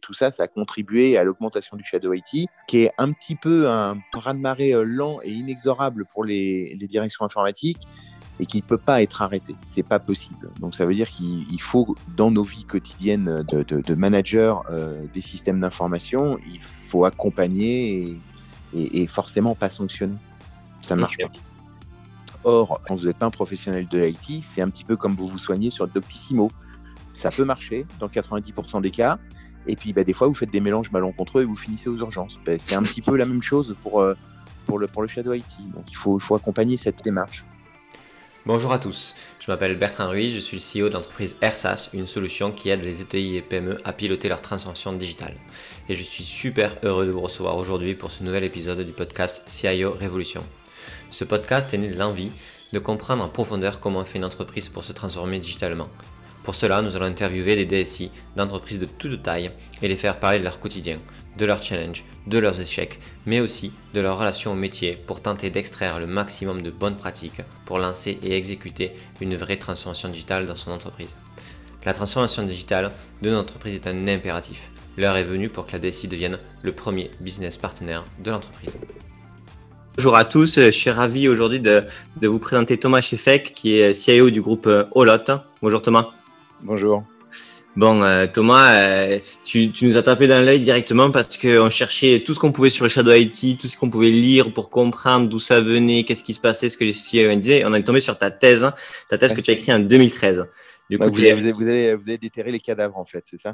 tout ça, ça a contribué à l'augmentation du Shadow IT, qui est un petit peu un raz-de-marée lent et inexorable pour les directions informatiques et qui ne peut pas être arrêté. C'est pas possible. Donc ça veut dire qu'il faut, dans nos vies quotidiennes de managers des systèmes d'information, il faut accompagner et forcément pas sanctionner. Ça ne marche pas. Or, quand vous n'êtes pas un professionnel de l'IT, c'est un petit peu comme vous vous soignez sur le Doctissimo. Ça peut marcher dans 90% des cas. Et puis, des fois, vous faites des mélanges malencontreux et vous finissez aux urgences. C'est un petit peu la même chose pour le Shadow IT. Donc, il faut accompagner cette démarche. Bonjour à tous, je m'appelle Bertrand Ruiz, je suis le CEO de l'entreprise AirSaaS, une solution qui aide les ETI et PME à piloter leur transformation digitale. Et je suis super heureux de vous recevoir aujourd'hui pour ce nouvel épisode du podcast CIO Révolution. Ce podcast est né de l'envie de comprendre en profondeur comment fait une entreprise pour se transformer digitalement. Pour cela, nous allons interviewer des DSI d'entreprises de toute taille et les faire parler de leur quotidien, de leurs challenges, de leurs échecs, mais aussi de leur relation au métier pour tenter d'extraire le maximum de bonnes pratiques pour lancer et exécuter une vraie transformation digitale dans son entreprise. La transformation digitale de notre entreprise est un impératif. L'heure est venue pour que la DSI devienne le premier business partenaire de l'entreprise. Bonjour à tous, je suis ravi aujourd'hui de vous présenter Thomas Cheffec qui est CIO du groupe Olot. Bonjour Thomas. Bonjour. Bon, Thomas, tu nous as tapé dans l'œil directement parce qu'on cherchait tout ce qu'on pouvait sur le Shadow IT, tout ce qu'on pouvait lire pour comprendre d'où ça venait, qu'est-ce qui se passait, ce que les CIO disaient. On est tombé sur ta thèse que tu as écrite en 2013. Du coup, vous avez déterré les cadavres, en fait, c'est ça?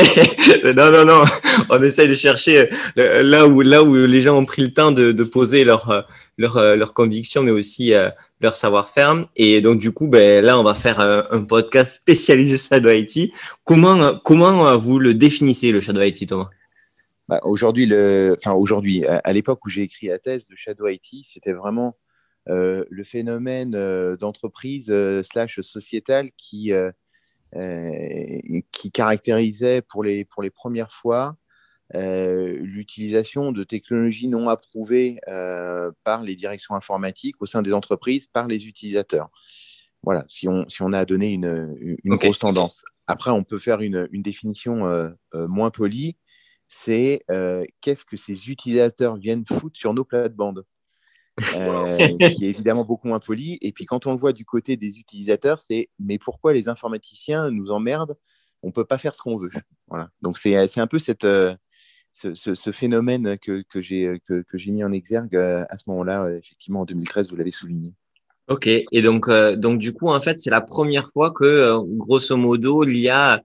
Non. On essaye de chercher là où les gens ont pris le temps de poser leurs convictions, mais aussi leur savoir-faire. Et donc, du coup, là, on va faire un podcast spécialisé Shadow IT. Comment vous le définissez, le Shadow IT, Thomas? Aujourd'hui, à l'époque où j'ai écrit la thèse, le Shadow IT, c'était vraiment le phénomène d'entreprise / sociétale qui caractérisait pour les premières fois l'utilisation de technologies non approuvées par les directions informatiques au sein des entreprises par les utilisateurs. Voilà, si on a à donner une grosse tendance. Après, on peut faire une définition moins polie, c'est qu'est-ce que ces utilisateurs viennent foutre sur nos plates-bandes qui est évidemment beaucoup moins poli. Et puis, quand on le voit du côté des utilisateurs, c'est mais pourquoi les informaticiens nous emmerdent? On ne peut pas faire ce qu'on veut. Voilà. Donc, c'est un peu ce phénomène que j'ai mis en exergue à ce moment-là, effectivement, en 2013, vous l'avez souligné. Ok, et donc du coup, en fait, c'est la première fois que, grosso modo, il y a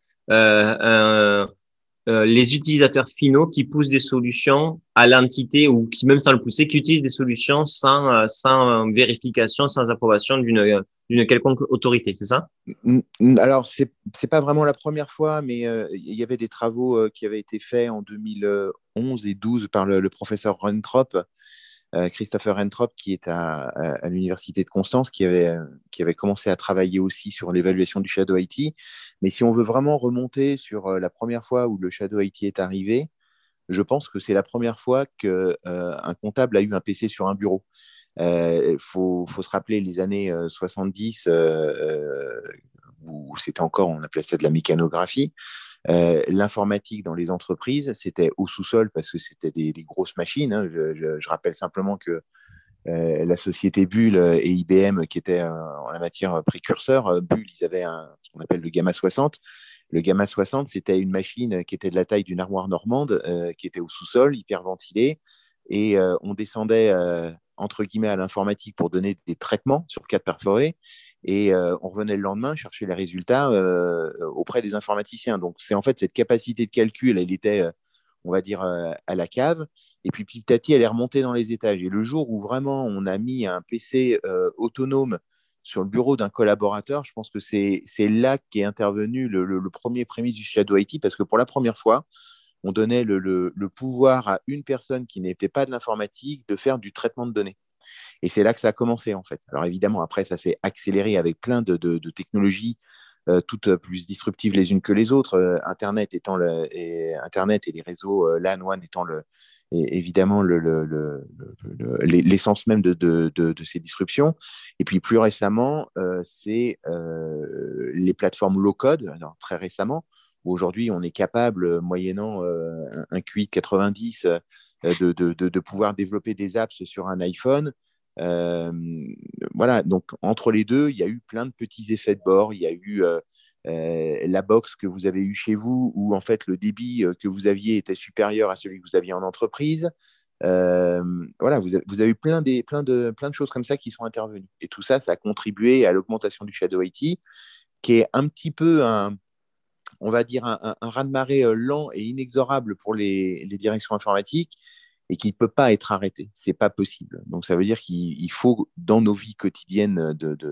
les utilisateurs finaux qui poussent des solutions à l'entité ou qui, même sans le pousser, qui utilisent des solutions sans vérification, sans approbation d'une quelconque autorité, c'est ça? Alors, c'est pas vraiment la première fois, mais il y avait des travaux qui avaient été faits en 2011 et 2012 par le professeur Rentrop, Christopher Rentrop, qui est à l'université de Constance, qui avait commencé à travailler aussi sur l'évaluation du Shadow IT. Mais si on veut vraiment remonter sur la première fois où le Shadow IT est arrivé, je pense que c'est la première fois qu'un comptable a eu un PC sur un bureau. Faut se rappeler les années 70 où c'était encore, on appelait ça de la mécanographie. L'informatique dans les entreprises, c'était au sous-sol parce que c'était des grosses machines. Hein. Je rappelle simplement que la société Bull et IBM, qui étaient en la matière précurseurs, Bull, ils avaient ce qu'on appelle le Gamma 60. Le Gamma 60, c'était une machine qui était de la taille d'une armoire normande, qui était au sous-sol, hyper ventilée. Et on descendait, entre guillemets, à l'informatique pour donner des traitements sur 4 perforés. Et on revenait le lendemain chercher les résultats auprès des informaticiens. Donc, c'est en fait cette capacité de calcul, elle était, on va dire, à la cave. Et puis, petit à petit, elle est remontée dans les étages. Et le jour où vraiment on a mis un PC autonome sur le bureau d'un collaborateur, je pense que c'est là qu'est intervenu le premier prémisse du Shadow IT, parce que pour la première fois, on donnait le pouvoir à une personne qui n'était pas de l'informatique de faire du traitement de données. Et c'est là que ça a commencé, en fait. Alors évidemment, après, ça s'est accéléré avec plein de technologies, toutes plus disruptives les unes que les autres. Internet et les réseaux LAN, WAN étant évidemment l'essence même de ces disruptions. Et puis plus récemment, c'est les plateformes low-code, très récemment. où aujourd'hui, on est capable, moyennant un QI de 90, de pouvoir développer des apps sur un iPhone. Euh, voilà, donc entre les deux, il y a eu plein de petits effets de bord. Il y a eu la box que vous avez eue chez vous, où en fait le débit que vous aviez était supérieur à celui que vous aviez en entreprise. Voilà, vous avez eu plein de choses comme ça qui sont intervenues. Et tout ça, ça a contribué à l'augmentation du Shadow IT, qui est un petit peu on va dire, un raz-de-marée lent et inexorable pour les directions informatiques et qui ne peut pas être arrêté. Ce n'est pas possible. Donc, ça veut dire qu'il faut, dans nos vies quotidiennes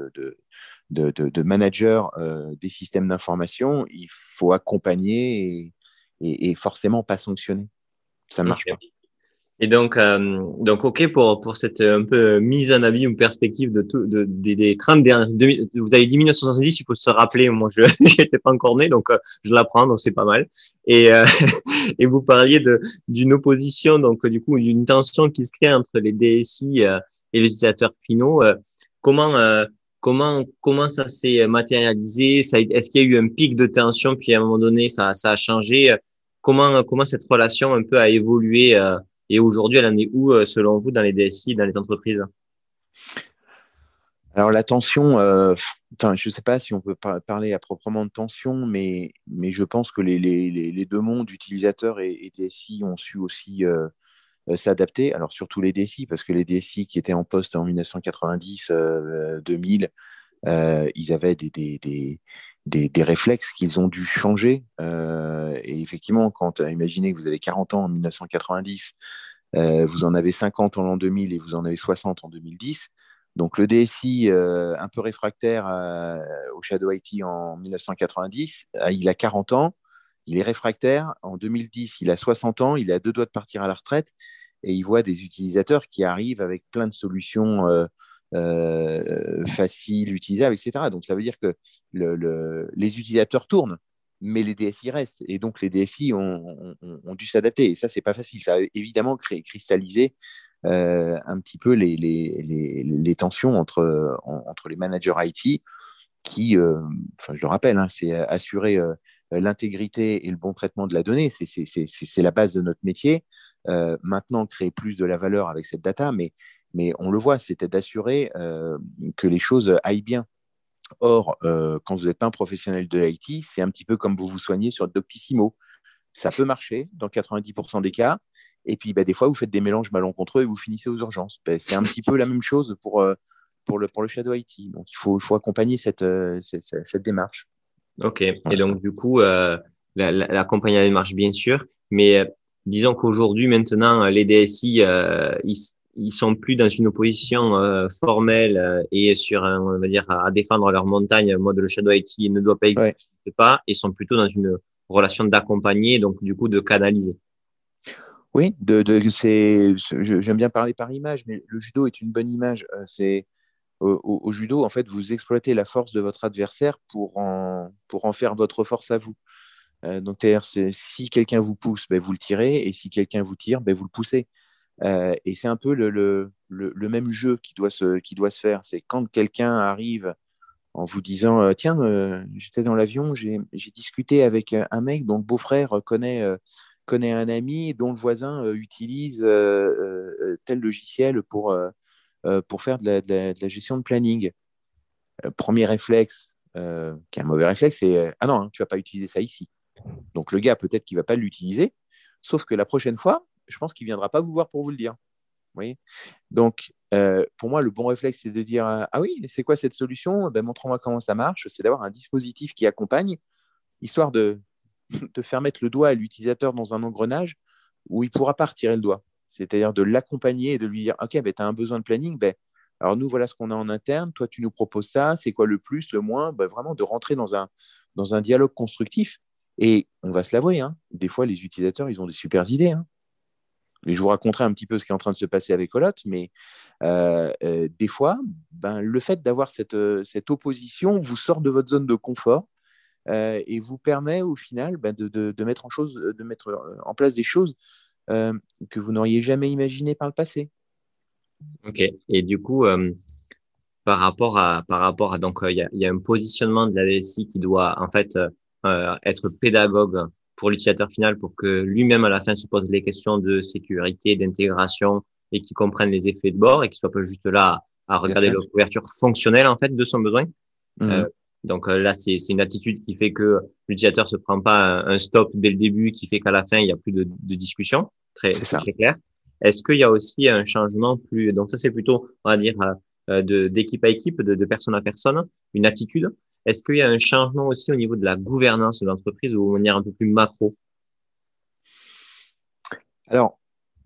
de managers des systèmes d'information, il faut accompagner et forcément pas sanctionner. Ça ne marche Ok. pas. Et donc, OK pour cette un peu mise en avis ou perspective de tout, des 30 dernières, vous avez dit 1970, il faut se rappeler, moi, j'étais pas encore né, donc, je l'apprends, donc c'est pas mal. Et, et vous parliez d'une opposition, donc, du coup, d'une tension qui se crée entre les DSI, et les utilisateurs finaux. Comment, euh, comment ça s'est matérialisé? Est-ce qu'il y a eu un pic de tension, puis à un moment donné, ça a changé? Comment cette relation un peu a évolué, et aujourd'hui, elle en est où, selon vous, dans les DSI, dans les entreprises? Alors, la tension, je ne sais pas si on peut parler à proprement de tension, mais je pense que les deux mondes, utilisateurs et DSI, ont su aussi s'adapter. Alors, surtout les DSI, parce que les DSI qui étaient en poste en 1990, 2000, ils avaient des réflexes qu'ils ont dû changer. Et effectivement, quand imaginez que vous avez 40 ans en 1990, vous en avez 50 en l'an 2000 et vous en avez 60 en 2010. Donc le DSI, un peu réfractaire au Shadow IT en 1990, il a 40 ans, il est réfractaire. En 2010, il a 60 ans, il est à deux doigts de partir à la retraite et il voit des utilisateurs qui arrivent avec plein de solutions faciles, utilisables, etc. Donc ça veut dire que les utilisateurs tournent, mais les DSI restent. Et donc, les DSI ont dû s'adapter. Et ça, c'est pas facile. Ça a évidemment cristallisé un petit peu les tensions entre les managers IT qui, je le rappelle, hein, c'est assurer l'intégrité et le bon traitement de la donnée. C'est la base de notre métier. Maintenant, créer plus de la valeur avec cette data, mais on le voit, c'était d'assurer que les choses aillent bien. Or, quand vous n'êtes pas un professionnel de l'IT, c'est un petit peu comme vous vous soignez sur Doctissimo. Ça peut marcher dans 90% des cas. Et puis, des fois, vous faites des mélanges malencontreux et vous finissez aux urgences. C'est un petit peu la même chose pour le Shadow IT. Donc, il faut accompagner cette démarche. OK. Et Voilà. donc, du coup, la compagnie elle marche bien sûr, mais disons qu'aujourd'hui, maintenant, les DSI, ils sont plus dans une opposition formelle et sur un, on va dire, à défendre leur montagne, en mode le Shadow IT ne doit pas Ouais. exister pas, ils sont plutôt dans une relation d'accompagner, donc du coup de canaliser. Oui, j'aime bien parler par image, mais le judo est une bonne image. Au judo, en fait, vous exploitez la force de votre adversaire pour en faire votre force à vous. Donc, si quelqu'un vous pousse, vous le tirez, et si quelqu'un vous tire, vous le poussez. Et c'est un peu le même jeu qui doit se faire. C'est quand quelqu'un arrive en vous disant tiens, j'étais dans l'avion, j'ai discuté avec un mec dont le beau-frère connaît un ami dont le voisin utilise tel logiciel pour faire de la gestion de planning. Premier réflexe, qui est un mauvais réflexe, c'est ah non, hein, tu vas pas utiliser ça ici. Donc le gars, peut-être qu'il va pas l'utiliser, sauf que la prochaine fois, je pense qu'il viendra pas vous voir pour vous le dire. Vous voyez. Donc, pour moi, le bon réflexe, c'est de dire ah oui, c'est quoi cette solution? Montre-moi comment ça marche. C'est d'avoir un dispositif qui accompagne, histoire de faire mettre le doigt à l'utilisateur dans un engrenage où il ne pourra pas retirer le doigt. C'est-à-dire de l'accompagner et de lui dire ok, tu as un besoin de planning, alors nous, voilà ce qu'on a en interne. Toi, tu nous proposes ça. C'est quoi le plus, le moins? Vraiment de rentrer dans un dialogue constructif. Et on va se l'avouer, hein, des fois, les utilisateurs, ils ont des super idées. Hein. Et je vous raconterai un petit peu ce qui est en train de se passer avec Olot, mais des fois, le fait d'avoir cette opposition vous sort de votre zone de confort et vous permet au final de mettre en place des choses que vous n'auriez jamais imaginées par le passé. OK. Et du coup, par rapport à donc il y a un positionnement de la DSI qui doit en fait être pédagogue pour l'utilisateur final pour que lui-même à la fin se pose les questions de sécurité, d'intégration et qu'il comprenne les effets de bord et qu'il soit pas juste là à Bien regarder sûr. la couverture fonctionnelle en fait de son besoin. Euh, Mhm. donc là, c'est une attitude qui fait que l'utilisateur se prend pas un stop dès le début, qui fait qu'à la fin, il y a plus de discussion. C'est C'est ça. très clair. Est-ce qu'il y a aussi un changement plus, donc ça c'est plutôt, on va dire, d'équipe à équipe, de personne à personne, une attitude. Est-ce qu'il y a un changement aussi au niveau de la gouvernance de l'entreprise ou de manière un peu plus macro? Alors,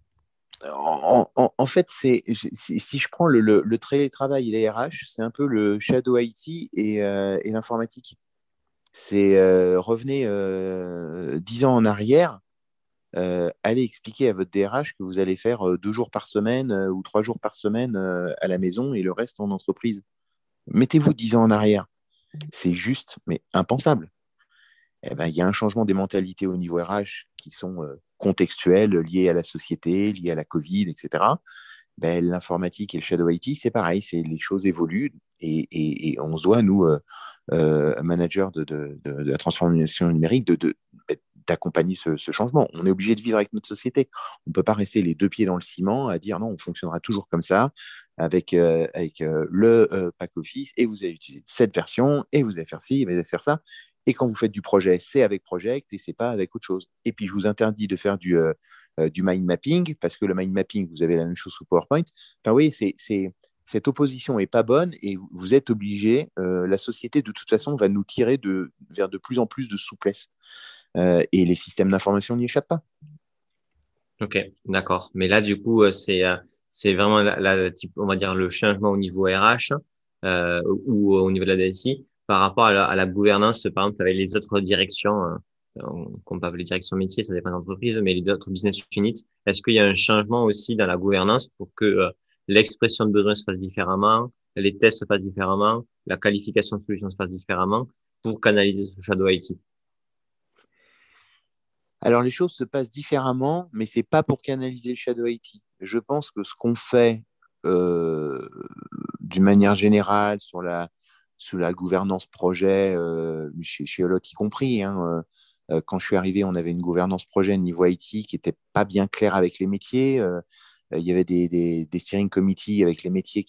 en fait, si je prends le télétravail et les RH, c'est un peu le shadow IT et l'informatique. C'est revenez 10 ans en arrière, allez expliquer à votre DRH que vous allez faire 2 jours par semaine ou 3 jours par semaine à la maison et le reste en entreprise. Mettez-vous 10 ans en arrière. C'est juste, mais impensable. Eh ben, il y a un changement des mentalités au niveau RH qui sont contextuels, liés à la société, liés à la Covid, etc. Ben, l'informatique et le shadow IT, c'est pareil, c'est les choses évoluent et on se doit, nous, managers de la transformation numérique, d'accompagner ce changement. On est obligé de vivre avec notre société. On ne peut pas rester les deux pieds dans le ciment à dire non, on fonctionnera toujours comme ça, avec le pack office, et vous allez utiliser cette version, et vous allez faire ci, et vous allez faire ça. Et quand vous faites du projet, c'est avec Project et c'est pas avec autre chose. Et puis, je vous interdis de faire du mind mapping, parce que le mind mapping, vous avez la même chose sous PowerPoint. Enfin, oui, cette opposition est pas bonne et vous êtes obligé, la société de toute façon va nous tirer vers de plus en plus de souplesse. Et les systèmes d'information n'y échappent pas. Ok, d'accord. Mais là, du coup, c'est vraiment type, on va dire, le changement au niveau RH ou au niveau de la DSI par rapport à la gouvernance, par exemple, avec les autres directions, qu'on peut appeler direction métier, ça dépend de l'entreprise, mais les autres business units. Est-ce qu'il y a un changement aussi dans la gouvernance pour que l'expression de besoin se fasse différemment, les tests se fassent différemment, la qualification de solution se fasse différemment pour canaliser ce shadow IT? Alors, les choses se passent différemment, mais c'est pas pour canaliser le shadow IT. Je pense que ce qu'on fait euh, d'une manière générale sous la gouvernance projet, chez Olot y compris, hein, quand je suis arrivé, on avait une gouvernance projet niveau IT qui n'était pas bien claire avec les métiers. Il y avait des steering committees avec les métiers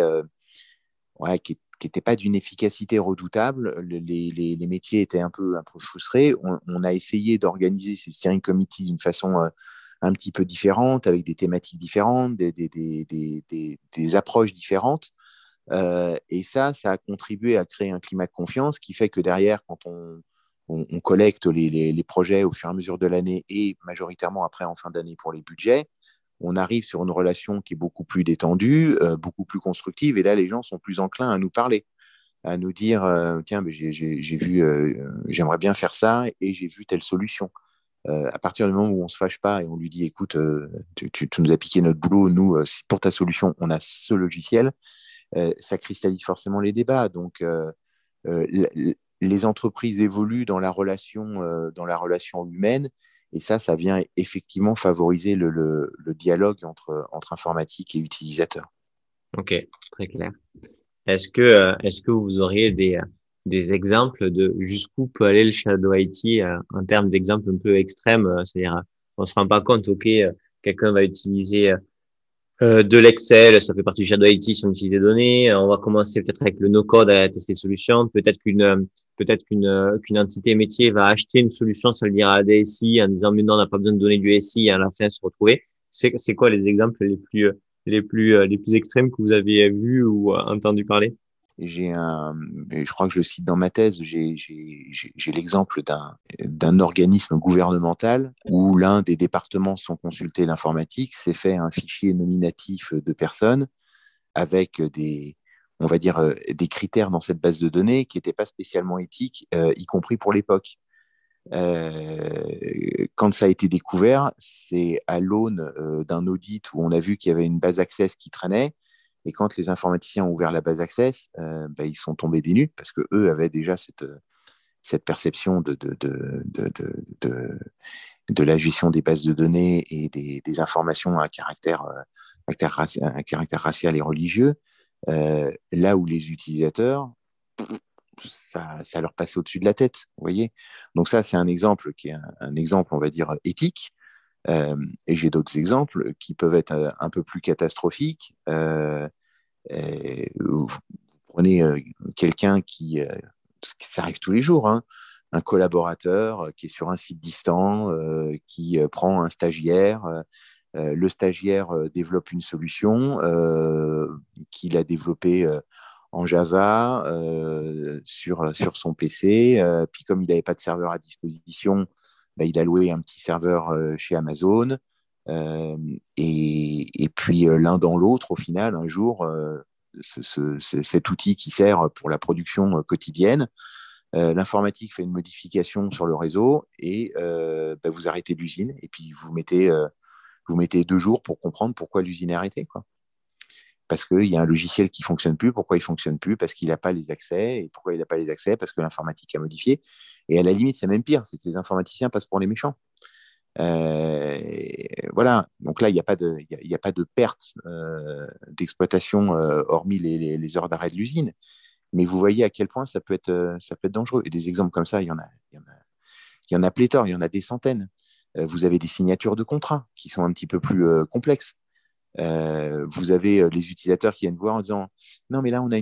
ouais, qui n'étaient pas d'une efficacité redoutable. Les métiers étaient un peu frustrés. On a essayé d'organiser ces steering committees d'une façon un petit peu différente, avec des thématiques différentes, des approches différentes. Et ça a contribué à créer un climat de confiance qui fait que derrière, quand on collecte les projets au fur et à mesure de l'année et majoritairement après en fin d'année pour les budgets, on arrive sur une relation qui est beaucoup plus détendue, beaucoup plus constructive. Et là, les gens sont plus enclins à nous parler, à nous dire tiens, mais j'ai vu, j'aimerais bien faire ça et j'ai vu telle solution. À partir du moment où on ne se fâche pas et on lui dit écoute, tu nous as piqué notre boulot, nous, si pour ta solution, on a ce logiciel, ça cristallise forcément les débats. Donc, euh, les entreprises évoluent dans la relation humaine. Et ça vient effectivement favoriser le dialogue entre informatique et utilisateur. Ok, très clair. Est-ce que vous auriez des exemples de jusqu'où peut aller le shadow IT en termes d'exemples un peu extrêmes, c'est-à-dire on se rend pas compte, ok, quelqu'un va utiliser de l'Excel, ça fait partie du shadow IT si on utilise des données. On va commencer peut-être avec le no-code à tester des solutions. Qu'une entité métier va acheter une solution, ça veut dire à la DSI en disant mais non, on n'a pas besoin de donner du SI et à la fin se retrouver. C'est quoi les exemples les plus extrêmes que vous avez vus ou entendu parler? Et je crois que je le cite dans ma thèse, j'ai l'exemple d'un organisme gouvernemental où l'un des départements sans consulter l'informatique s'est fait un fichier nominatif de personnes avec on va dire, des critères dans cette base de données qui n'étaient pas spécialement éthiques, y compris pour l'époque. Quand ça a été découvert, c'est à l'aune d'un audit où on a vu qu'il y avait une base Access qui traînait. Et quand les informaticiens ont ouvert la base Access, ben, ils sont tombés des nues parce qu'eux avaient déjà cette perception de la gestion des bases de données et des informations à caractère racial et religieux, là où les utilisateurs, ça leur passait au-dessus de la tête, vous voyez. Donc ça, c'est un exemple qui est un exemple, on va dire, éthique. Et j'ai d'autres exemples qui peuvent être un peu plus catastrophiques. Vous prenez quelqu'un ça arrive tous les jours, hein, un collaborateur qui est sur un site distant, qui prend un stagiaire. Le stagiaire développe une solution qu'il a développée en Java sur son PC. Puis comme il n'avait pas de serveur à disposition, bah, il a loué un petit serveur chez Amazon. Euh, et puis l'un dans l'autre, au final, un jour, cet outil qui sert pour la production quotidienne, l'informatique fait une modification sur le réseau et bah, vous arrêtez l'usine et puis vous mettez 2 jours pour comprendre pourquoi l'usine est arrêtée, quoi. Parce qu'il y a un logiciel qui ne fonctionne plus. Pourquoi il ne fonctionne plus? Parce qu'il n'a pas les accès. Et pourquoi il n'a pas les accès? Parce que l'informatique a modifié. Et à la limite, c'est même pire, c'est que les informaticiens passent pour les méchants. Voilà, donc là, il n'y a pas de perte d'exploitation hormis les heures d'arrêt de l'usine. Mais vous voyez à quel point ça peut être dangereux. Et des exemples comme ça, il y en a pléthore, il y en a des centaines. Vous avez des signatures de contrats qui sont un petit peu plus complexes. Vous avez les utilisateurs qui viennent voir en disant non, mais là, on a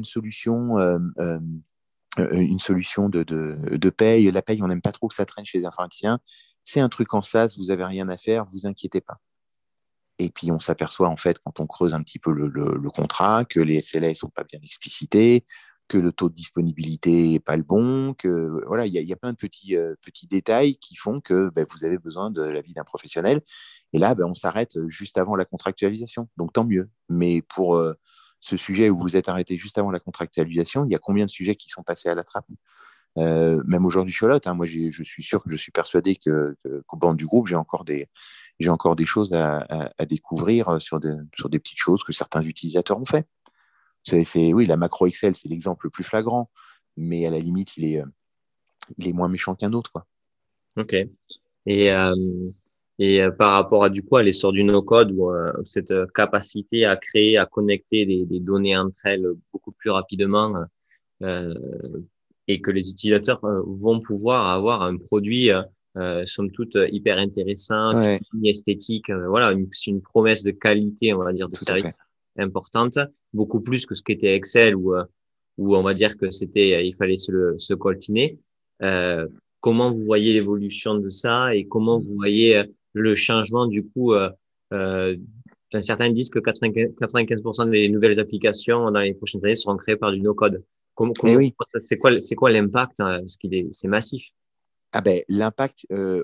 une solution de paye. La paye, on n'aime pas trop que ça traîne chez les informaticiens. C'est un truc en SaaS, vous n'avez rien à faire, vous inquiétez pas. Et puis, on s'aperçoit, en fait, quand on creuse un petit peu le contrat, que les SLA ne sont pas bien explicités, que le taux de disponibilité n'est pas le bon, que voilà, il y a plein de petits détails qui font que ben, vous avez besoin de l'avis d'un professionnel. Et là, ben, on s'arrête juste avant la contractualisation. Donc, tant mieux. Mais pour ce sujet où vous êtes arrêté juste avant la contractualisation, il y a combien de sujets qui sont passés à la trappe? Même aujourd'hui, Cholotte, hein, moi, je suis sûr que je suis persuadé qu'au banc du groupe, j'ai encore des choses à découvrir sur des petites choses que certains utilisateurs ont fait. Oui, la macro Excel, c'est l'exemple le plus flagrant, mais à la limite, il est moins méchant qu'un autre, quoi. Ok. Et, euh, par rapport à du coup à l'essor du no-code ou cette capacité à créer, à connecter des données entre elles beaucoup plus rapidement euh, et que les utilisateurs vont pouvoir avoir un produit somme toute hyper intéressant, Ouais, fini, esthétique, voilà, c'est une promesse de qualité, on va dire, de tout à service fait. importante, beaucoup plus que ce qu'était Excel où on va dire que c'était, il fallait se coltiner. Euh, Comment vous voyez l'évolution de ça et comment vous voyez le changement du coup euh, certains disent que 95% des nouvelles applications dans les prochaines années seront créées par du no-code. Et oui, C'est quoi l'impact hein, parce c'est massif. ah ben, l'impact,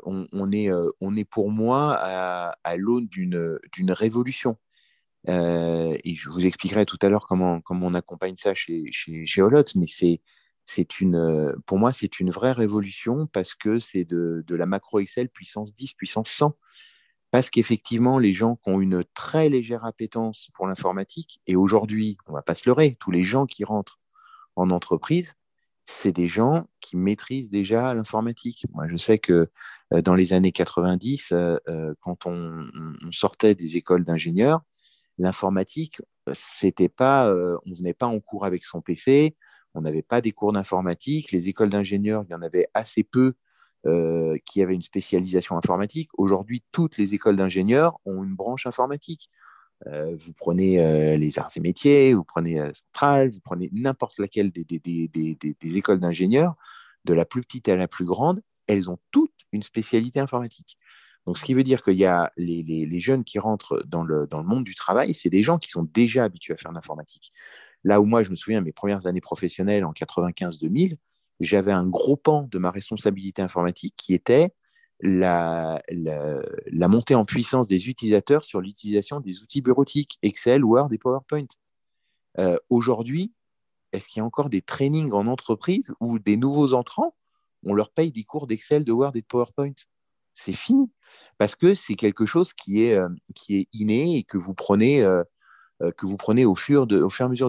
on est pour moi à l'aune d'une révolution. Et je vous expliquerai tout à l'heure comment on accompagne ça chez Olot, mais pour moi, c'est une vraie révolution parce que c'est de la macro Excel puissance 10, puissance 100. Parce qu'effectivement, les gens qui ont une très légère appétence pour l'informatique, et aujourd'hui, on ne va pas se leurrer, tous les gens qui rentrent en entreprise, c'est des gens qui maîtrisent déjà l'informatique. Moi, je sais que dans les années 90, quand on sortait des écoles d'ingénieurs, l'informatique, c'était pas, on venait pas en cours avec son PC, on n'avait pas des cours d'informatique. Les écoles d'ingénieurs, il y en avait assez peu qui avaient une spécialisation informatique. Aujourd'hui, toutes les écoles d'ingénieurs ont une branche informatique. Vous prenez les arts et métiers, vous prenez Centrale, vous prenez n'importe laquelle des écoles d'ingénieurs, de la plus petite à la plus grande, elles ont toutes une spécialité informatique. Donc, ce qui veut dire qu'il y a les jeunes qui rentrent dans le monde du travail, c'est des gens qui sont déjà habitués à faire de l'informatique. Là où moi, je me souviens, mes premières années professionnelles en 95-2000, j'avais un gros pan de ma responsabilité informatique qui était la montée en puissance des utilisateurs sur l'utilisation des outils bureautiques, Excel, Word et PowerPoint. Aujourd'hui, est-ce qu'il y a encore des trainings en entreprise où des nouveaux entrants, on leur paye des cours d'Excel, de Word et de PowerPoint? C'est fini, parce que c'est quelque chose qui est inné et que vous prenez au fur et à mesure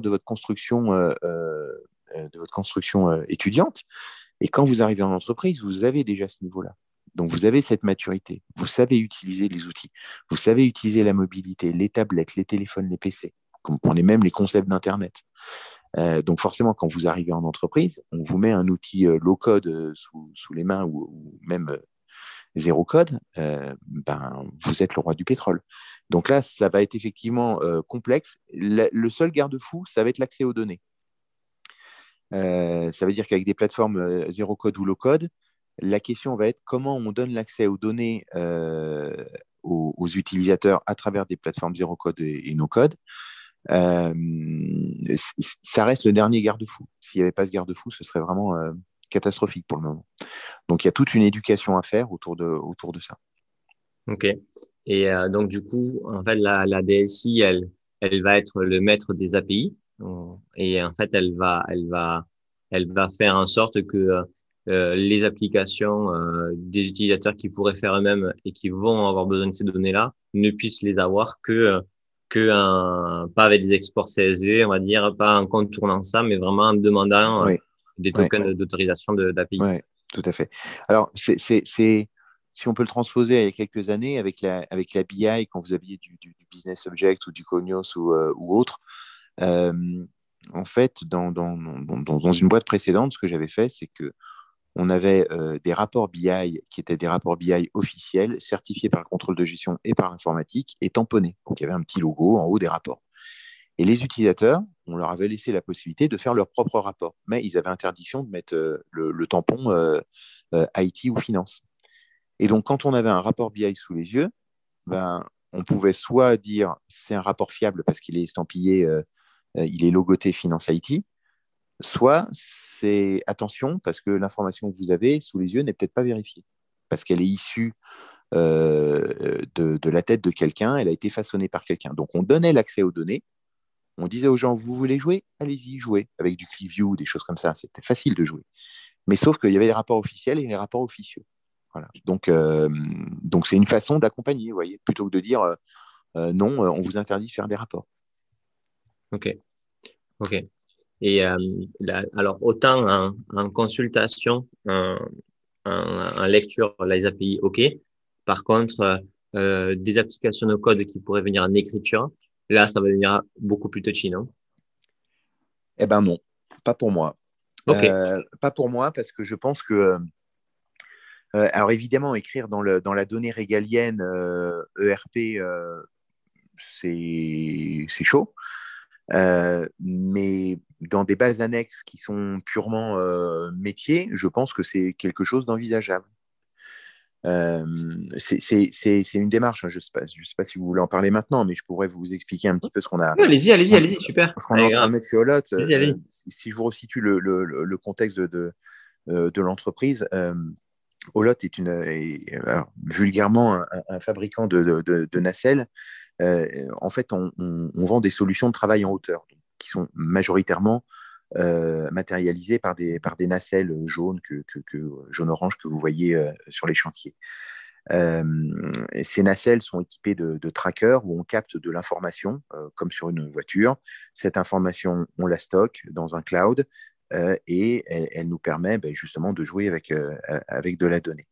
de votre construction étudiante. Et quand vous arrivez en entreprise, vous avez déjà ce niveau-là. Donc, vous avez cette maturité. Vous savez utiliser les outils. Vous savez utiliser la mobilité, les tablettes, les téléphones, les PC. Vous comprenez même les concepts d'Internet. Donc forcément, quand vous arrivez en entreprise, on vous met un outil low-code sous les mains ou même zéro code, vous êtes le roi du pétrole. Donc là, ça va être effectivement complexe. Le seul garde-fou, ça va être l'accès aux données. Ça veut dire qu'avec des plateformes zéro code ou low code, la question va être comment on donne l'accès aux données aux utilisateurs à travers des plateformes zéro code et no code. Ça reste le dernier garde-fou. S'il n'y avait pas ce garde-fou, ce serait vraiment catastrophique pour le moment. Donc il y a toute une éducation à faire autour de ça. Ok. Et donc, du coup, en fait, la DSI, elle va être le maître des API. Et en fait, elle va faire en sorte que les applications des utilisateurs qui pourraient faire eux-mêmes et qui vont avoir besoin de ces données-là ne puissent les avoir pas avec des exports CSV, on va dire, pas en contournant ça, mais vraiment en demandant Oui, des ouais, tokens d'autorisation d'API. ouais, tout à fait. Alors, si on peut le transposer il y a quelques années avec la BI, quand vous aviez du Business Object ou du Cognos ou autre, euh, en fait, dans une boîte précédente, ce que j'avais fait, c'est que on avait des rapports BI qui étaient des rapports BI officiels, certifiés par le contrôle de gestion et par l'informatique, et tamponnés. Donc, il y avait un petit logo en haut des rapports. Et les utilisateurs, on leur avait laissé la possibilité de faire leur propre rapport, mais ils avaient interdiction de mettre le tampon IT ou finance. Et donc, quand on avait un rapport BI sous les yeux, on pouvait soit dire c'est un rapport fiable parce qu'il est estampillé, il est logoté finance IT, soit c'est attention parce que l'information que vous avez sous les yeux n'est peut-être pas vérifiée, parce qu'elle est issue de la tête de quelqu'un, elle a été façonnée par quelqu'un. Donc, on donnait l'accès aux données. On disait aux gens, vous voulez jouer? Allez-y, jouez. Avec du ClickView, des choses comme ça. C'était facile de jouer. Mais sauf qu'il y avait les rapports officiels et les rapports officieux. Voilà. Donc c'est une façon d'accompagner, vous voyez, plutôt que de dire non, on vous interdit de faire des rapports. OK. OK. Et alors, autant en consultation, en lecture, les API, OK. Par contre, des applications de code qui pourraient venir en écriture, là, ça va devenir beaucoup plus touchy, non? Eh ben non, pas pour moi. OK. Pas pour moi parce que je pense que alors évidemment, écrire dans la donnée régalienne ERP, c'est chaud. Mais dans des bases annexes qui sont purement métiers, je pense que c'est quelque chose d'envisageable. C'est une démarche, hein. Je ne sais pas si vous voulez en parler maintenant, mais je pourrais vous expliquer un petit peu Ouais, allez-y, allez-y, allez-y, super. ce qu'on est Allez, en train grave. de mettre chez Olot. Allez-y, allez-y. Si je vous resitue le contexte de l'entreprise, Olot alors, vulgairement un fabricant de nacelles. En fait, on vend des solutions de travail en hauteur, donc, qui sont majoritairement matérialisées par des nacelles jaunes, jaune-orange que vous voyez sur les chantiers. Ces nacelles sont équipées de trackers où on capte de l'information, comme sur une voiture. Cette information, on la stocke dans un cloud et elle nous permet justement de jouer avec de la donnée.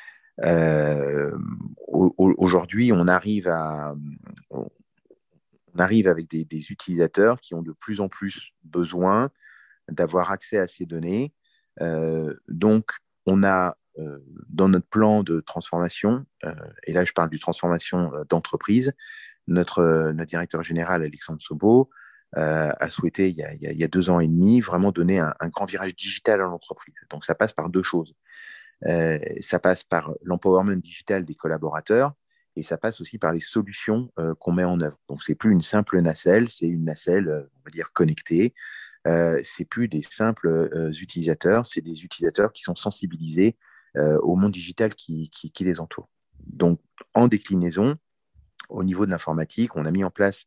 Aujourd'hui, on arrive avec des utilisateurs qui ont de plus en plus besoin d'avoir accès à ces données. Donc, on a dans notre plan de transformation, et là je parle du transformation d'entreprise, notre directeur général Alexandre Sobo a souhaité il y a 2 ans et demi vraiment donner un grand virage digital à l'entreprise. Donc ça passe par deux choses. Ça passe par l'empowerment digital des collaborateurs et ça passe aussi par les solutions qu'on met en œuvre. Donc, c'est plus une simple nacelle, c'est une nacelle, on va dire, connectée. C'est plus des simples utilisateurs, c'est des utilisateurs qui sont sensibilisés au monde digital qui les entoure. Donc, en déclinaison, au niveau de l'informatique, on a mis en place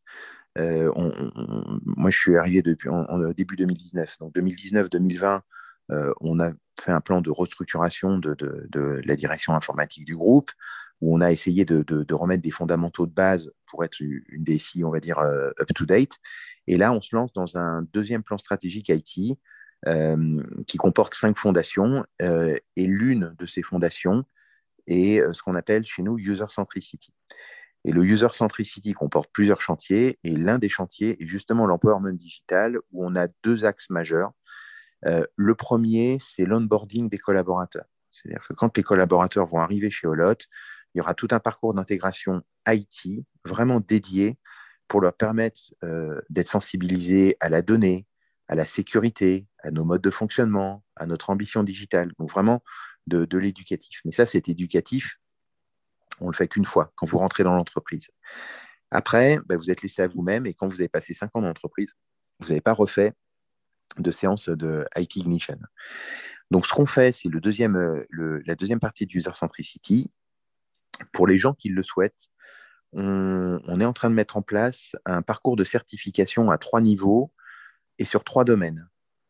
moi, je suis arrivé en début 2019. Donc 2019-2020, on a fait un plan de restructuration de la direction informatique du groupe, où on a essayé de remettre des fondamentaux de base pour être une DSI, on va dire, up-to-date. Et là, on se lance dans un deuxième plan stratégique IT qui comporte 5 fondations. Et l'une de ces fondations est ce qu'on appelle chez nous User Centricity. Et le user centricity comporte plusieurs chantiers, et l'un des chantiers est justement l'empowerment digital, où on a deux axes majeurs. Le premier, c'est l'onboarding des collaborateurs. C'est-à-dire que quand les collaborateurs vont arriver chez Olot, il y aura tout un parcours d'intégration IT vraiment dédié pour leur permettre d'être sensibilisés à la donnée, à la sécurité, à nos modes de fonctionnement, à notre ambition digitale. Donc vraiment de l'éducatif. Mais ça, c'est éducatif, on ne le fait qu'une fois, quand vous rentrez dans l'entreprise. Après, vous êtes laissé à vous-même, et quand vous avez passé 5 ans dans l'entreprise, vous n'avez pas refait de séance de IT Ignition. Donc, ce qu'on fait, c'est la deuxième partie de User Centricity. Pour les gens qui le souhaitent, on est en train de mettre en place un parcours de certification à 3 niveaux et sur 3 domaines.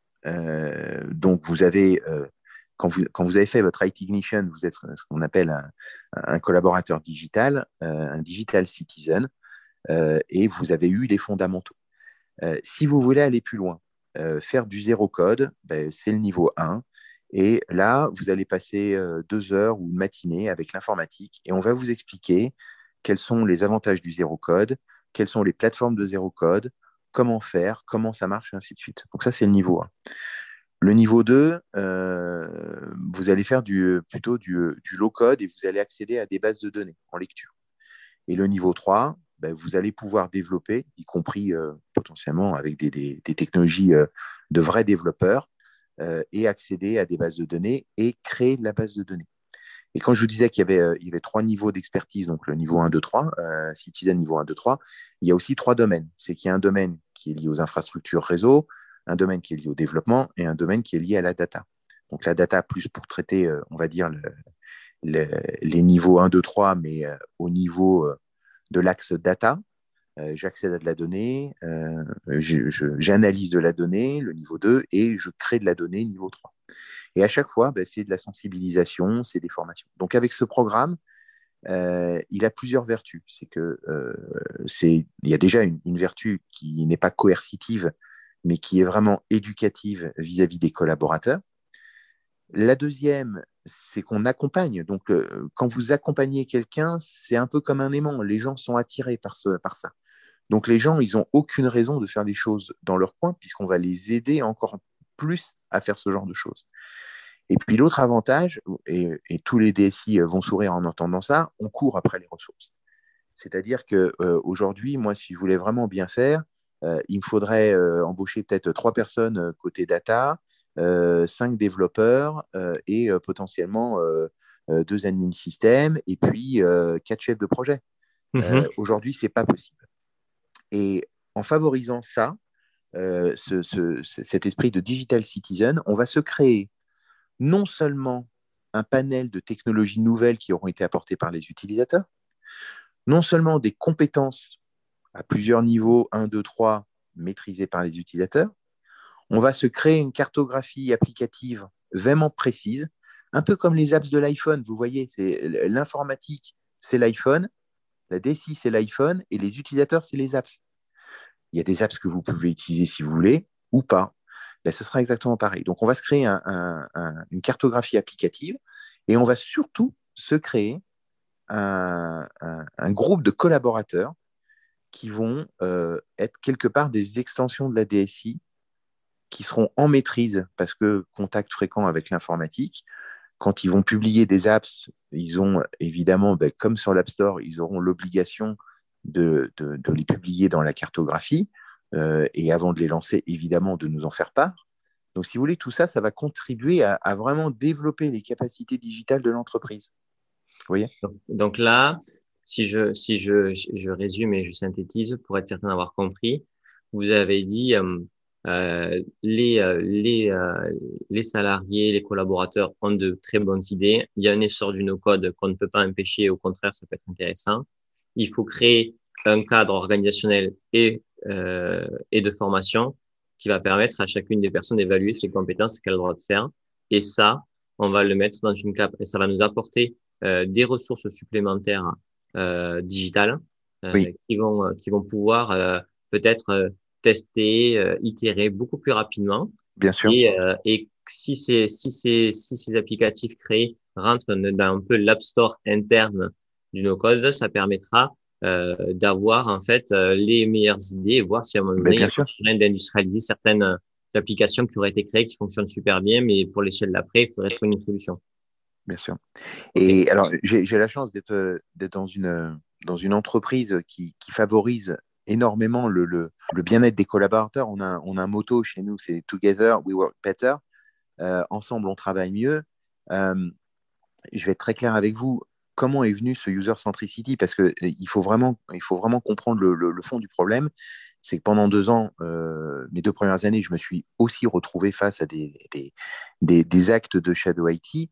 Donc, vous avez, quand vous avez fait votre IT Ignition, vous êtes ce qu'on appelle un collaborateur digital, un digital citizen, et vous avez eu les fondamentaux. Si vous voulez aller plus loin, faire du zéro code, c'est le niveau 1. Et là, vous allez passer 2 heures ou une matinée avec l'informatique, et on va vous expliquer quels sont les avantages du zéro code, quelles sont les plateformes de zéro code, comment faire, comment ça marche, et ainsi de suite. Donc ça, c'est le niveau 1. Le niveau 2, vous allez faire plutôt du low code, et vous allez accéder à des bases de données en lecture. Et le niveau 3, vous allez pouvoir développer, y compris potentiellement avec des technologies de vrais développeurs, et accéder à des bases de données et créer de la base de données. Et quand je vous disais qu'il y avait 3 niveaux d'expertise, donc le niveau 1, 2, 3, Citizen niveau 1, 2, 3, il y a aussi 3 domaines. C'est qu'il y a un domaine qui est lié aux infrastructures réseau, un domaine qui est lié au développement, et un domaine qui est lié à la data. Donc la data, plus pour traiter, on va dire, les niveaux 1, 2, 3, mais au niveau de l'axe data. J'accède à de la donnée, j'analyse de la donnée, le niveau 2, et je crée de la donnée, niveau 3. Et à chaque fois, c'est de la sensibilisation, c'est des formations. Donc avec ce programme, il a plusieurs vertus. C'est que il y a déjà une vertu qui n'est pas coercitive, mais qui est vraiment éducative vis-à-vis des collaborateurs. La deuxième, c'est qu'on accompagne. Donc, quand vous accompagnez quelqu'un, c'est un peu comme un aimant. Les gens sont attirés par ça. Donc, les gens, ils n'ont aucune raison de faire les choses dans leur coin, puisqu'on va les aider encore plus à faire ce genre de choses. Et puis, l'autre avantage, et tous les DSI vont sourire en entendant ça, on court après les ressources. C'est-à-dire qu'aujourd'hui, moi, si je voulais vraiment bien faire, il me faudrait embaucher peut-être 3 personnes côté data, 5 développeurs, et potentiellement 2 admin système, et puis 4 chefs de projet. Aujourd'hui, ce n'est pas possible. Et en favorisant ça, cet esprit de digital citizen, on va se créer non seulement un panel de technologies nouvelles qui auront été apportées par les utilisateurs, non seulement des compétences à plusieurs niveaux, 1, 2, 3, maîtrisées par les utilisateurs, on va se créer une cartographie applicative vraiment précise, un peu comme les apps de l'iPhone. Vous voyez, c'est l'informatique, c'est l'iPhone, la DSI, c'est l'iPhone, et les utilisateurs, c'est les apps. Il y a des apps que vous pouvez utiliser si vous voulez, ou pas. Ce sera exactement pareil. Donc, on va se créer une cartographie applicative, et on va surtout se créer un groupe de collaborateurs qui vont être quelque part des extensions de la DSI, qui seront en maîtrise parce que contact fréquent avec l'informatique. Quand ils vont publier des apps, ils ont évidemment, comme sur l'App Store, ils auront l'obligation de les publier dans la cartographie, et avant de les lancer, évidemment, de nous en faire part. Donc, si vous voulez, tout ça, ça va contribuer à vraiment développer les capacités digitales de l'entreprise. Vous voyez ? Donc là, si je résume et je synthétise pour être certain d'avoir compris, vous avez dit les salariés, les collaborateurs ont de très bonnes idées. Il y a un essor du no-code qu'on ne peut pas empêcher, au contraire, ça peut être intéressant. Il faut créer un cadre organisationnel et de formation qui va permettre à chacune des personnes d'évaluer ses compétences, ce qu'elle a le droit de faire. Et ça, on va le mettre dans une cape et ça va nous apporter des ressources supplémentaires digitales Oui, qui vont pouvoir peut-être tester, itérer beaucoup plus rapidement. bien sûr. Et si ces applicatifs créés rentrent dans un peu l'App Store interne du no-code, ça permettra d'avoir en fait les meilleures idées et voir si à un moment Ben, donné, il y bien a sûr, moyen d'industrialiser certaines applications qui auraient été créées, qui fonctionnent super bien, mais pour l'échelle d'après, il faudrait trouver une solution. bien sûr. Ok. Et alors, j'ai la chance d'être dans une entreprise qui favorise énormément le bien-être des collaborateurs. On a un motto chez nous, c'est Together we work better. Ensemble, on travaille mieux. Euh, je vais être très clair avec vous. Comment est venu ce user centricity? Parce que il faut vraiment comprendre le fond du problème. C'est que pendant 2 ans, mes 2 premières années, je me suis aussi retrouvé face à des actes de Shadow IT.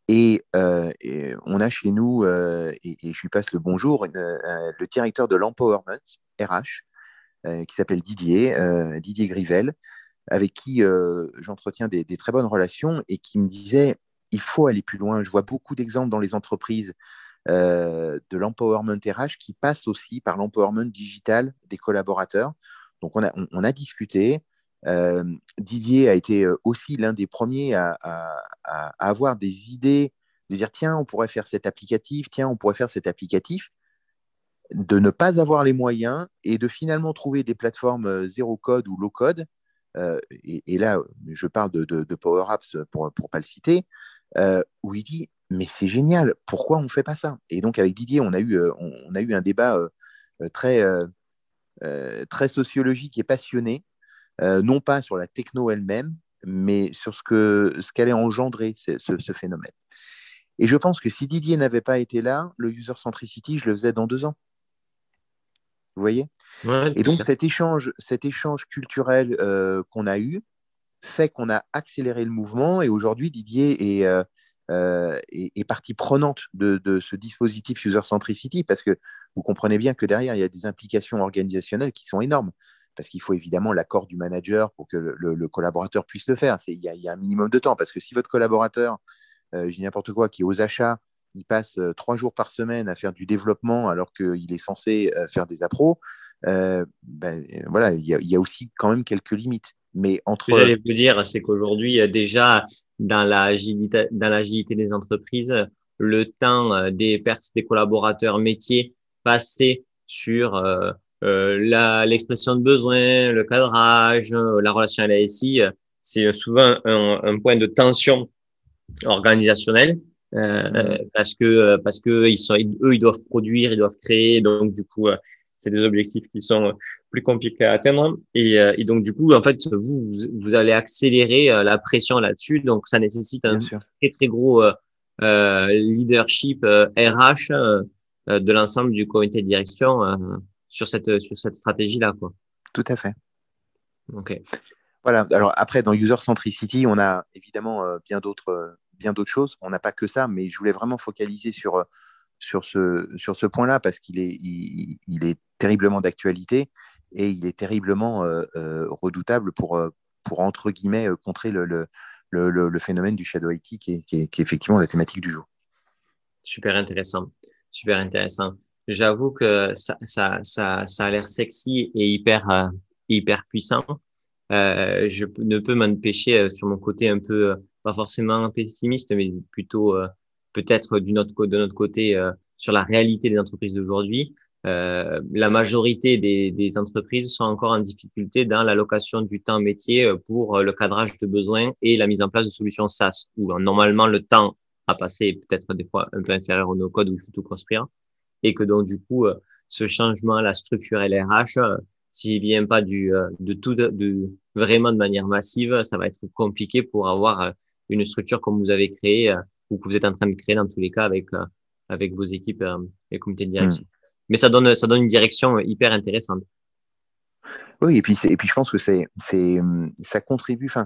Et on a chez nous, et je lui passe le bonjour, le directeur de l'empowerment RH, qui s'appelle Didier Grivel, avec qui j'entretiens des très bonnes relations et qui me disait, il faut aller plus loin. Je vois beaucoup d'exemples dans les entreprises de l'empowerment RH qui passent aussi par l'empowerment digital des collaborateurs. Donc on a discuté. Didier a été aussi l'un des premiers à avoir des idées, de dire tiens, on pourrait faire cet applicatif, tiens, on pourrait faire cet applicatif, de ne pas avoir les moyens et de finalement trouver des plateformes zéro code ou low code. Et là, je parle de Power Apps pour ne pas le citer, où il dit mais c'est génial, pourquoi on ne fait pas ça? Et donc avec Didier, on a eu un débat très, très sociologique et passionné, non pas sur la techno elle-même, mais sur ce qu'allait engendrer ce phénomène. Et je pense que si Didier n'avait pas été là, le user centricity, je le faisais dans 2 ans. Vous voyez? Ouais, Et bien donc sûr. cet échange culturel qu'on a eu fait qu'on a accéléré le mouvement. Et aujourd'hui, Didier est partie prenante de ce dispositif User Centricity parce que vous comprenez bien que derrière, il y a des implications organisationnelles qui sont énormes. Parce qu'il faut évidemment l'accord du manager pour que le collaborateur puisse le faire. Il y a un minimum de temps. Parce que si votre collaborateur, je dis n'importe quoi, qui est aux achats, il passe 3 jours par semaine à faire du développement alors qu'il est censé faire des appros, voilà, il y a aussi quand même quelques limites. Mais Ce que entre. j'allais vous dire, c'est qu'aujourd'hui, déjà, dans l'agilité des entreprises, le temps des collaborateurs métiers passé sur l'expression de besoin, le cadrage, la relation à la SI, c'est souvent un point de tension organisationnelle parce que eux, ils doivent produire, ils doivent créer, donc du coup, c'est des objectifs qui sont plus compliqués à atteindre. Et donc, du coup, en fait, vous allez accélérer la pression là-dessus. Donc, ça nécessite Bien un sûr, très, très gros leadership RH de l'ensemble du comité de direction sur cette stratégie-là, quoi. tout à fait. OK. Voilà. Alors après, dans User Centricity, on a évidemment bien d'autres choses. On n'a pas que ça, mais je voulais vraiment focaliser sur ce point-là parce il est terriblement d'actualité et il est terriblement redoutable pour entre guillemets, contrer le phénomène du shadow IT qui est effectivement la thématique du jour. Super intéressant. Super intéressant. J'avoue que ça a l'air sexy et hyper puissant. Ne peux m'empêcher sur mon côté un peu, pas forcément pessimiste, mais plutôt peut-être de notre côté sur la réalité des entreprises d'aujourd'hui. La majorité des entreprises sont encore en difficulté dans l'allocation du temps métier pour le cadrage de besoins et la mise en place de solutions SaaS, où normalement le temps à passer est peut-être des fois un peu inférieur au no-code où il faut tout construire et que donc du coup ce changement à la structure LRH s'il vient pas vraiment de manière massive, ça va être compliqué pour avoir une structure comme vous avez créé ou que vous êtes en train de créer dans tous les cas avec vos équipes et comités de Mm. direction. Mais ça donne une direction hyper intéressante. Oui, et puis je pense que ça contribue. Enfin,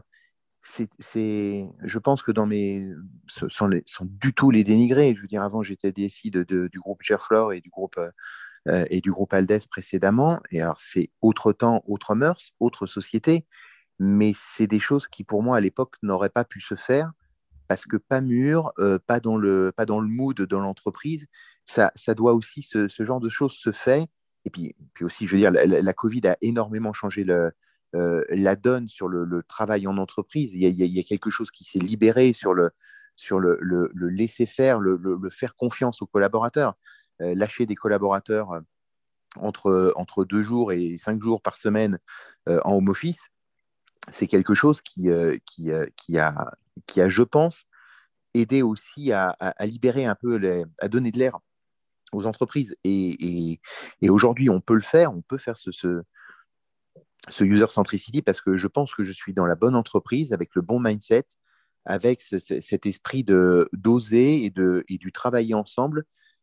je pense que sans du tout les dénigrer. Je veux dire, avant, j'étais DSI du groupe Gerflor et du groupe Aldes précédemment. Et alors, c'est autre temps, autre mœurs, autre société. Mais c'est des choses qui, pour moi, à l'époque, n'auraient pas pu se faire parce que pas mûr, pas dans le mood de l'entreprise. Ça doit aussi, ce genre de choses se fait. Et puis aussi, je veux dire, la Covid a énormément changé la donne sur le travail en entreprise. Il y a quelque chose qui s'est libéré sur le laisser faire, le faire confiance aux collaborateurs. Lâcher des collaborateurs entre 2 jours et 5 jours par semaine en home office, c'est quelque chose qui a, je pense, aidé aussi à libérer un peu, à donner de l'air aux entreprises. Et aujourd'hui, on peut le faire, on peut faire ce user centricity parce que je pense que je suis dans la bonne entreprise avec le bon mindset, avec cet esprit d'oser et du travailler ensemble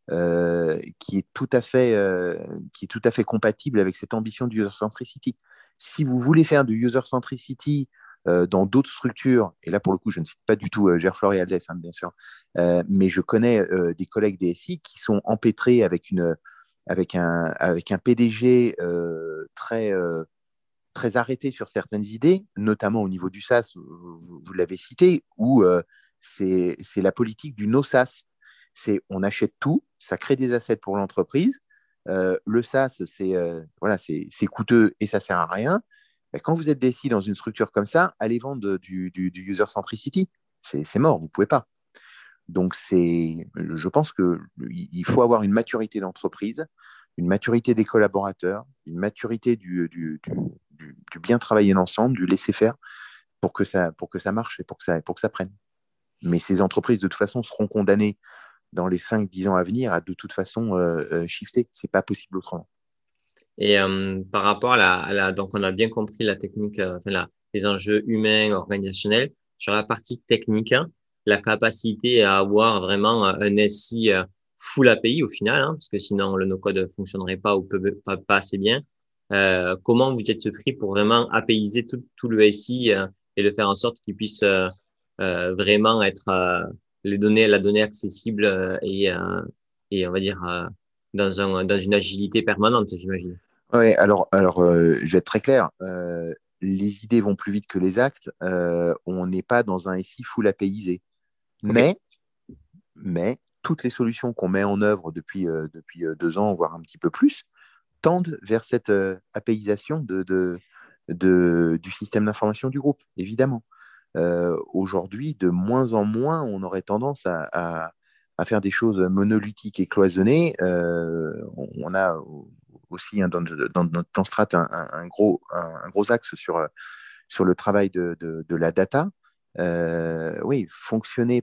qui est tout à fait compatible avec cette ambition du user centricity. Si vous voulez faire du user centricity dans d'autres structures, et là pour le coup je ne cite pas du tout Gerflor et Adles, hein, bien sûr, mais je connais des collègues DSI qui sont empêtrés avec un PDG très arrêté sur certaines idées, notamment au niveau du SaaS, vous l'avez cité, où c'est la politique du no SaaS. C'est on achète tout, ça crée des assets pour l'entreprise. Le SaaS, voilà, c'est coûteux et ça sert à rien. Mais quand vous êtes DSI dans une structure comme ça, allez vendre du user centricity. C'est mort, vous ne pouvez pas. Donc, je pense qu'il faut avoir une maturité d'entreprise, une maturité des collaborateurs, une maturité du bien travailler ensemble, du laisser faire pour que ça marche et pour que ça prenne. Mais ces entreprises, de toute façon, seront condamnées dans les 5-10 ans à venir à de toute façon shifter. Ce n'est pas possible autrement. Et par rapport donc on a bien compris la technique, les enjeux humains, organisationnels. Sur la partie technique, hein, la capacité à avoir vraiment un SI full API au final, hein, parce que sinon le no-code ne fonctionnerait pas ou pas assez bien. Comment vous êtes pris pour vraiment APIser tout le SI et le faire en sorte qu'il puisse vraiment être la donnée accessible et on va dire dans une agilité permanente, j'imagine. Oui, alors je vais être très clair. Les idées vont plus vite que les actes. On n'est pas dans un SI full APIisé. Ok. Mais toutes les solutions qu'on met en œuvre depuis 2 ans, voire un petit peu plus, tendent vers cette APIisation du système d'information du groupe, évidemment. Aujourd'hui, de moins en moins, on aurait tendance à faire des choses monolithiques et cloisonnées. On a aussi dans notre plan strat un gros axe sur le travail de la data. Oui, fonctionner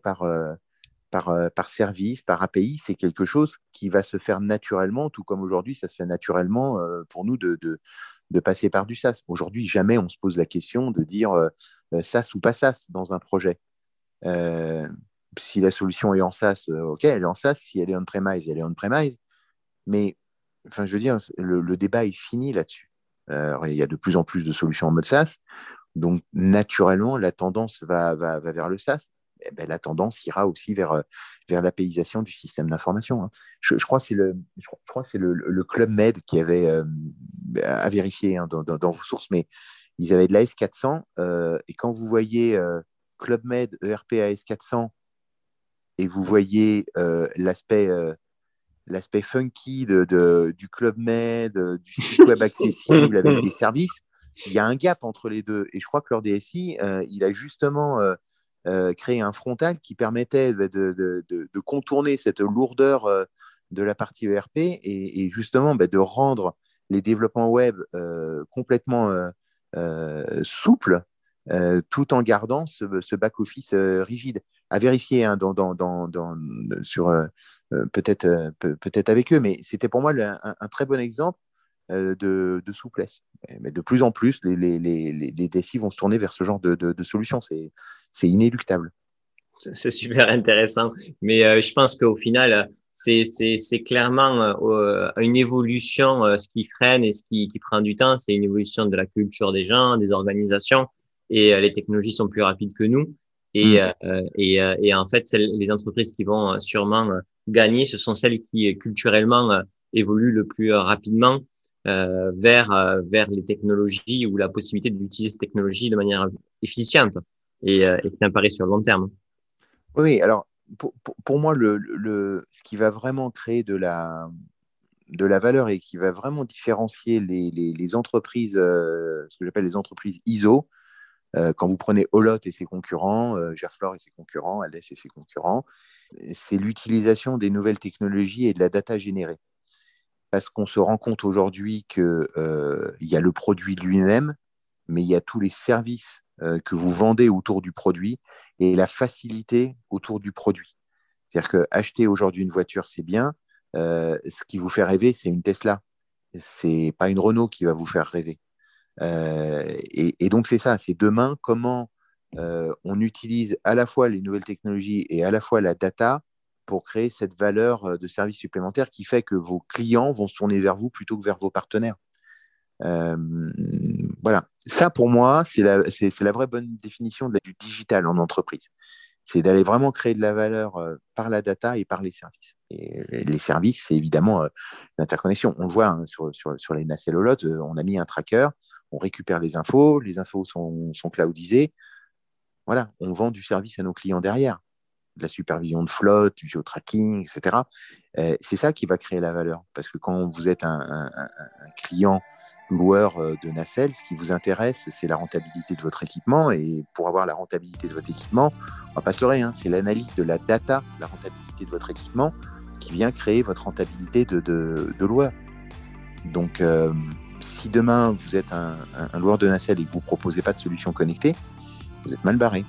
par service, par API, c'est quelque chose qui va se faire naturellement, tout comme aujourd'hui, ça se fait naturellement pour nous de passer par du SaaS. Aujourd'hui, jamais on se pose la question de dire SaaS ou pas SaaS dans un projet. Euh, si la solution est en SaaS, OK, elle est en SaaS. Si elle est on-premise, elle est on-premise. Mais enfin, je veux dire, le débat est fini là-dessus. Il y a de plus en plus de solutions en mode SaaS. Donc, naturellement, la tendance va vers le SaaS. Eh ben, la tendance ira aussi vers l'APIisation du système d'information. Hein. Je crois que c'est le Club Med qui avait à vérifier hein, dans vos sources, mais ils avaient de la S400 et quand vous voyez Club Med ERP à S400 et vous voyez l'aspect funky du Club Med, du site web accessible avec des services, il y a un gap entre les deux. Et je crois que leur DSI, il a justement créé un frontal qui permettait de contourner cette lourdeur de la partie ERP et justement de rendre les développements web complètement souples tout en gardant ce back-office rigide. À vérifier hein, peut-être avec eux, mais c'était pour moi un très bon exemple de souplesse. Mais de plus en plus, les DSI vont se tourner vers ce genre de solutions. C'est inéluctable. C'est super intéressant. Mais je pense qu'au final, c'est clairement une évolution. Ce qui freine et qui prend du temps, c'est une évolution de la culture des gens, des organisations. Et les technologies sont plus rapides que nous. Mm. Et en fait, les entreprises qui vont sûrement gagner, ce sont celles qui culturellement évoluent le plus rapidement vers les technologies ou la possibilité d'utiliser ces technologies de manière efficiente et qui apparaît sur le long terme. Oui, alors pour moi, ce qui va vraiment créer de la valeur et qui va vraiment différencier les entreprises, ce que j'appelle les entreprises ISO, quand vous prenez Olot et ses concurrents, Gerflor et ses concurrents, Alès et ses concurrents, c'est l'utilisation des nouvelles technologies et de la data générée. parce qu'on se rend compte aujourd'hui qu'il y a le produit lui-même, mais il y a tous les services que vous vendez autour du produit et la facilité autour du produit. C'est-à-dire qu'acheter aujourd'hui une voiture, c'est bien. Ce qui vous fait rêver, c'est une Tesla. C'est pas une Renault qui va vous faire rêver. Et donc, c'est ça. C'est demain, comment on utilise à la fois les nouvelles technologies et à la fois la data pour créer cette valeur de service supplémentaire qui fait que vos clients vont se tourner vers vous plutôt que vers vos partenaires. Euh, voilà. Ça, pour moi, c'est la vraie bonne définition du digital en entreprise. C'est d'aller vraiment créer de la valeur par la data et par les services. Et les services, c'est évidemment l'interconnexion. On le voit hein, sur les nacelles holotes, on a mis un tracker, on récupère les infos sont cloudisées. Voilà, on vend du service à nos clients derrière, de la supervision de flotte, du géotracking, etc. C'est ça qui va créer la valeur. Parce que quand vous êtes un client loueur de nacelle, ce qui vous intéresse, c'est la rentabilité de votre équipement. Et pour avoir la rentabilité de votre équipement, on ne va pas se leurrer, hein, c'est l'analyse de la data, la rentabilité de votre équipement, qui vient créer votre rentabilité de loueur. Donc, si demain, vous êtes un loueur de nacelle et que vous ne proposez pas de solution connectée, vous êtes mal barré.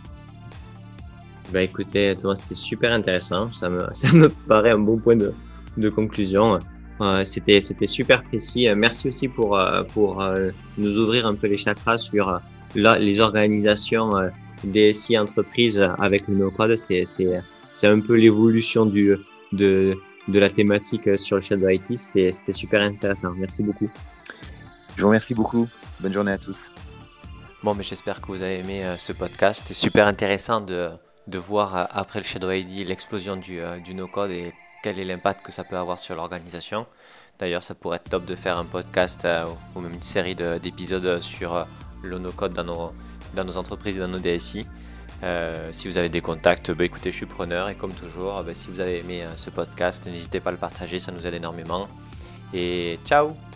Bah écoutez, Thomas, c'était super intéressant. Ça me paraît un bon point de conclusion. C'était super précis. Merci aussi pour nous ouvrir un peu les chakras sur les organisations DSI entreprises avec le no-code. C'est un peu l'évolution de la thématique sur le Shadow IT. C'était super intéressant. Merci beaucoup. Je vous remercie beaucoup. Bonne journée à tous. Bon, mais j'espère que vous avez aimé ce podcast. C'est super intéressant de voir après le Shadow ID l'explosion du no-code et quel est l'impact que ça peut avoir sur l'organisation. D'ailleurs, ça pourrait être top de faire un podcast ou même une série d'épisodes sur le no-code dans nos entreprises et dans nos DSI. Si vous avez des contacts, écoutez, je suis preneur. Et comme toujours, si vous avez aimé ce podcast, n'hésitez pas à le partager, ça nous aide énormément. Et ciao!